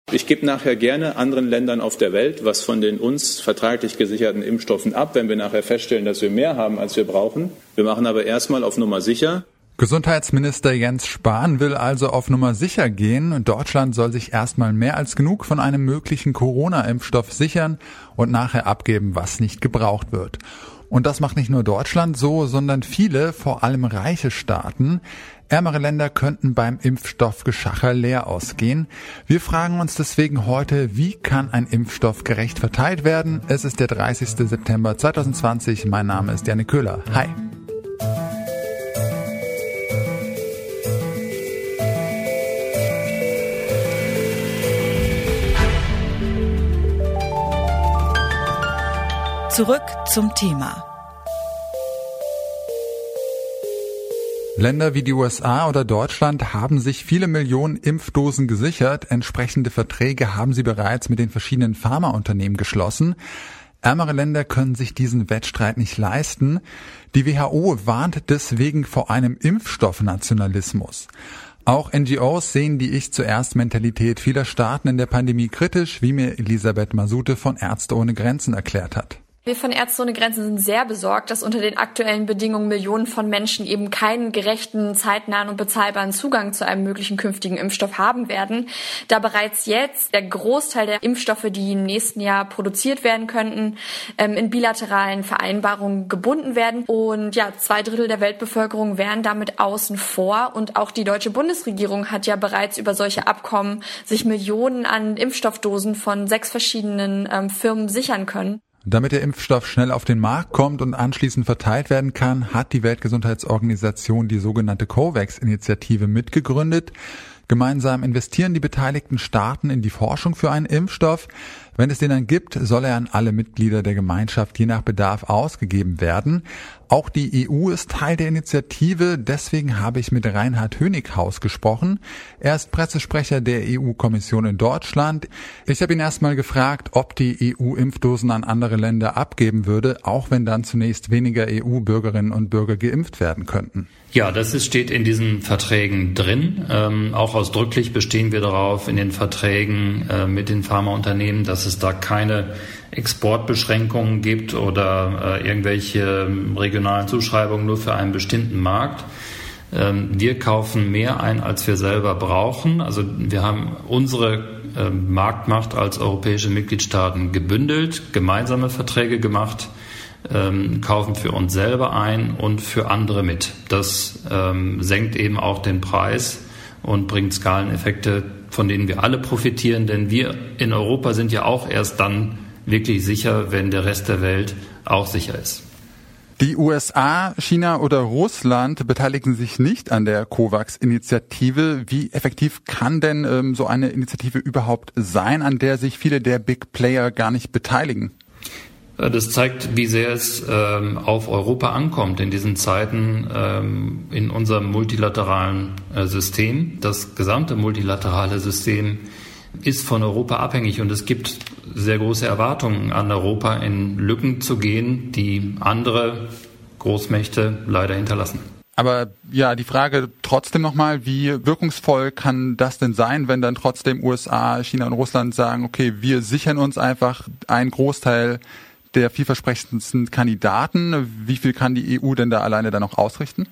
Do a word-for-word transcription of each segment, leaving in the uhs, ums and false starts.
Ich gebe nachher gerne anderen Ländern auf der Welt was von den uns vertraglich gesicherten Impfstoffen ab, wenn wir nachher feststellen, dass wir mehr haben, als wir brauchen. Wir machen aber erstmal auf Nummer sicher. Gesundheitsminister Jens Spahn will also auf Nummer sicher gehen. Deutschland soll sich erstmal mehr als genug von einem möglichen Corona-Impfstoff sichern und nachher abgeben, was nicht gebraucht wird. Und das macht nicht nur Deutschland so, sondern viele, vor allem reiche Staaten. Ärmere Länder könnten beim Impfstoffgeschacher leer ausgehen. Wir fragen uns deswegen heute, wie kann ein Impfstoff gerecht verteilt werden? Es ist der dreißigster September zweitausendzwanzig. Mein Name ist Janne Köhler. Hi. Zurück zum Thema. Länder wie die U S A oder Deutschland haben sich viele Millionen Impfdosen gesichert. Entsprechende Verträge haben sie bereits mit den verschiedenen Pharmaunternehmen geschlossen. Ärmere Länder können sich diesen Wettstreit nicht leisten. Die W H O warnt deswegen vor einem Impfstoffnationalismus. Auch N G Os sehen die Ich-zuerst-Mentalität vieler Staaten in der Pandemie kritisch, wie mir Elisabeth Masute von Ärzte ohne Grenzen erklärt hat. Wir von Ärzte ohne Grenzen sind sehr besorgt, dass unter den aktuellen Bedingungen Millionen von Menschen eben keinen gerechten, zeitnahen und bezahlbaren Zugang zu einem möglichen künftigen Impfstoff haben werden, da bereits jetzt der Großteil der Impfstoffe, die im nächsten Jahr produziert werden könnten, in bilateralen Vereinbarungen gebunden werden. Und ja, zwei Drittel der Weltbevölkerung wären damit außen vor. Und auch die deutsche Bundesregierung hat ja bereits über solche Abkommen sich Millionen an Impfstoffdosen von sechs verschiedenen ähm, Firmen sichern können. Damit der Impfstoff schnell auf den Markt kommt und anschließend verteilt werden kann, hat die Weltgesundheitsorganisation die sogenannte COVAX-Initiative mitgegründet. Gemeinsam investieren die beteiligten Staaten in die Forschung für einen Impfstoff. Wenn es den dann gibt, soll er an alle Mitglieder der Gemeinschaft je nach Bedarf ausgegeben werden. Auch die E U ist Teil der Initiative, deswegen habe ich mit Reinhard Hönig-Haus gesprochen. Er ist Pressesprecher der E U-Kommission in Deutschland. Ich habe ihn erstmal gefragt, ob die E U Impfdosen an andere Länder abgeben würde, auch wenn dann zunächst weniger E U-Bürgerinnen und Bürger geimpft werden könnten. Ja, das ist, steht in diesen Verträgen drin. Ähm, auch ausdrücklich bestehen wir darauf in den Verträgen äh, mit den Pharmaunternehmen, dass es da keine Exportbeschränkungen gibt oder äh, irgendwelche regionalen Zuschreibungen nur für einen bestimmten Markt. Ähm, wir kaufen mehr ein, als wir selber brauchen. Also wir haben unsere äh, Marktmacht als europäische Mitgliedstaaten gebündelt, gemeinsame Verträge gemacht, ähm, kaufen für uns selber ein und für andere mit. Das ähm, senkt eben auch den Preis und bringt Skaleneffekte, von denen wir alle profitieren, denn wir in Europa sind ja auch erst dann wirklich sicher, wenn der Rest der Welt auch sicher ist. Die U S A, China oder Russland beteiligen sich nicht an der COVAX-Initiative. Wie effektiv kann denn ähm, so eine Initiative überhaupt sein, an der sich viele der Big Player gar nicht beteiligen? Das zeigt, wie sehr es ähm, auf Europa ankommt in diesen Zeiten ähm, in unserem multilateralen äh, System. Das gesamte multilaterale System ist von Europa abhängig und es gibt sehr große Erwartungen an Europa, in Lücken zu gehen, die andere Großmächte leider hinterlassen. Aber ja, die Frage trotzdem nochmal, wie wirkungsvoll kann das denn sein, wenn dann trotzdem U S A, China und Russland sagen, okay, wir sichern uns einfach einen Großteil der vielversprechendsten Kandidaten. Wie viel kann die E U denn da alleine dann noch ausrichten?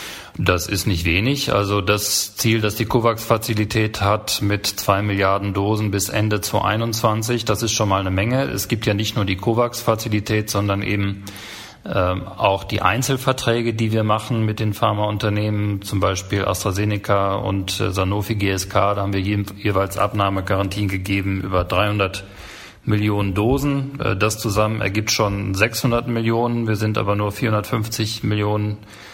Das ist nicht wenig. Also das Ziel, das die COVAX-Fazilität hat mit zwei Milliarden Dosen bis Ende zweitausendeinundzwanzig, das ist schon mal eine Menge. Es gibt ja nicht nur die COVAX-Fazilität, sondern eben ähm, auch die Einzelverträge, die wir machen mit den Pharmaunternehmen, zum Beispiel AstraZeneca und äh, Sanofi G S K. Da haben wir je, jeweils Abnahmegarantien gegeben über dreihundert Millionen Dosen. Äh, das zusammen ergibt schon sechshundert Millionen. Wir sind aber nur vierhundertfünfzig Millionen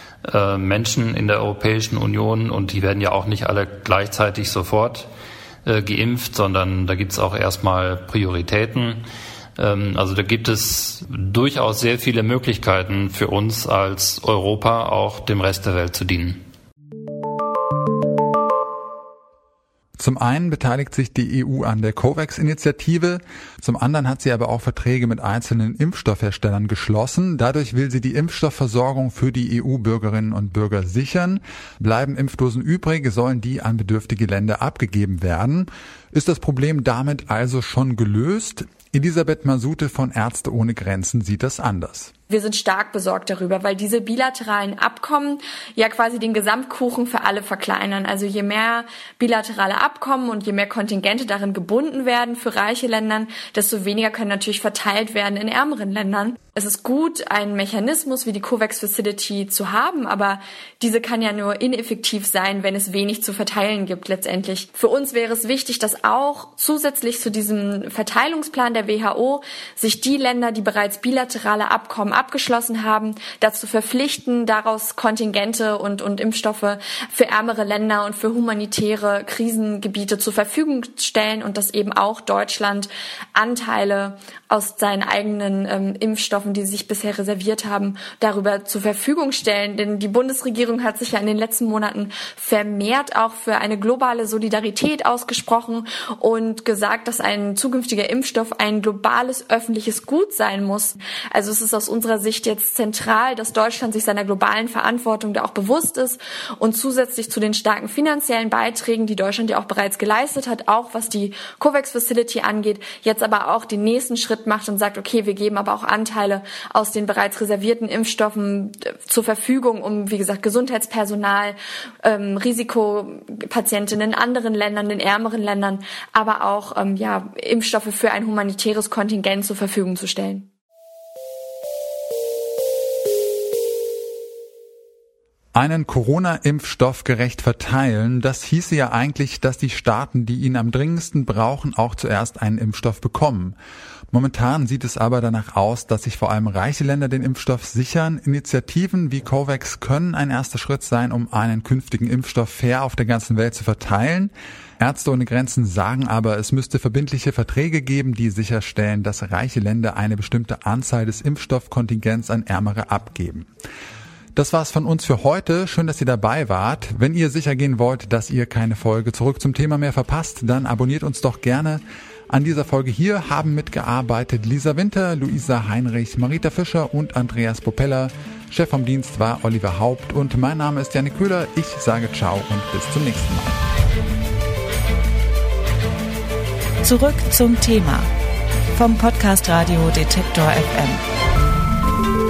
Menschen in der Europäischen Union und die werden ja auch nicht alle gleichzeitig sofort äh, geimpft, sondern da gibt es auch erstmal Prioritäten. Ähm, also da gibt es durchaus sehr viele Möglichkeiten für uns als Europa auch dem Rest der Welt zu dienen. Zum einen beteiligt sich die E U an der COVAX-Initiative, zum anderen hat sie aber auch Verträge mit einzelnen Impfstoffherstellern geschlossen. Dadurch will sie die Impfstoffversorgung für die E U-Bürgerinnen und Bürger sichern. Bleiben Impfdosen übrig, sollen die an bedürftige Länder abgegeben werden. Ist das Problem damit also schon gelöst? Elisabeth Masute von Ärzte ohne Grenzen sieht das anders. Wir sind stark besorgt darüber, weil diese bilateralen Abkommen ja quasi den Gesamtkuchen für alle verkleinern. Also je mehr bilaterale Abkommen und je mehr Kontingente darin gebunden werden für reiche Länder, desto weniger können natürlich verteilt werden in ärmeren Ländern. Es ist gut, einen Mechanismus wie die COVAX Facility zu haben, aber diese kann ja nur ineffektiv sein, wenn es wenig zu verteilen gibt letztendlich. Für uns wäre es wichtig, dass auch zusätzlich zu diesem Verteilungsplan der W H O sich die Länder, die bereits bilaterale Abkommen abgeschlossen haben, dazu verpflichten, daraus Kontingente und, und Impfstoffe für ärmere Länder und für humanitäre Krisengebiete zur Verfügung stellen und dass eben auch Deutschland Anteile aus seinen eigenen ähm, Impfstoffen, die sie sich bisher reserviert haben, darüber zur Verfügung stellen. Denn die Bundesregierung hat sich ja in den letzten Monaten vermehrt auch für eine globale Solidarität ausgesprochen und gesagt, dass ein zukünftiger Impfstoff ein globales öffentliches Gut sein muss. Also es ist aus unserer Sicht jetzt zentral, dass Deutschland sich seiner globalen Verantwortung da auch bewusst ist und zusätzlich zu den starken finanziellen Beiträgen, die Deutschland ja auch bereits geleistet hat, auch was die COVAX Facility angeht, jetzt aber auch den nächsten Schritt macht und sagt, okay, wir geben aber auch Anteile aus den bereits reservierten Impfstoffen zur Verfügung, um, wie gesagt, Gesundheitspersonal, ähm, Risikopatientinnen in anderen Ländern, in ärmeren Ländern, aber auch ähm, ja, Impfstoffe für ein humanitäres Kontingent zur Verfügung zu stellen. Einen Corona-Impfstoff gerecht verteilen, das hieße ja eigentlich, dass die Staaten, die ihn am dringendsten brauchen, auch zuerst einen Impfstoff bekommen. Momentan sieht es aber danach aus, dass sich vor allem reiche Länder den Impfstoff sichern. Initiativen wie COVAX können ein erster Schritt sein, um einen künftigen Impfstoff fair auf der ganzen Welt zu verteilen. Ärzte ohne Grenzen sagen aber, es müsste verbindliche Verträge geben, die sicherstellen, dass reiche Länder eine bestimmte Anzahl des Impfstoffkontingents an Ärmere abgeben. Das war's von uns für heute. Schön, dass ihr dabei wart. Wenn ihr sicher gehen wollt, dass ihr keine Folge zurück zum Thema mehr verpasst, dann abonniert uns doch gerne. An dieser Folge hier haben mitgearbeitet Lisa Winter, Luisa Heinrich, Marita Fischer und Andreas Popella. Chef vom Dienst war Oliver Haupt und mein Name ist Janik Köhler. Ich sage ciao und bis zum nächsten Mal. Zurück zum Thema vom Podcast Radio Detektor F M.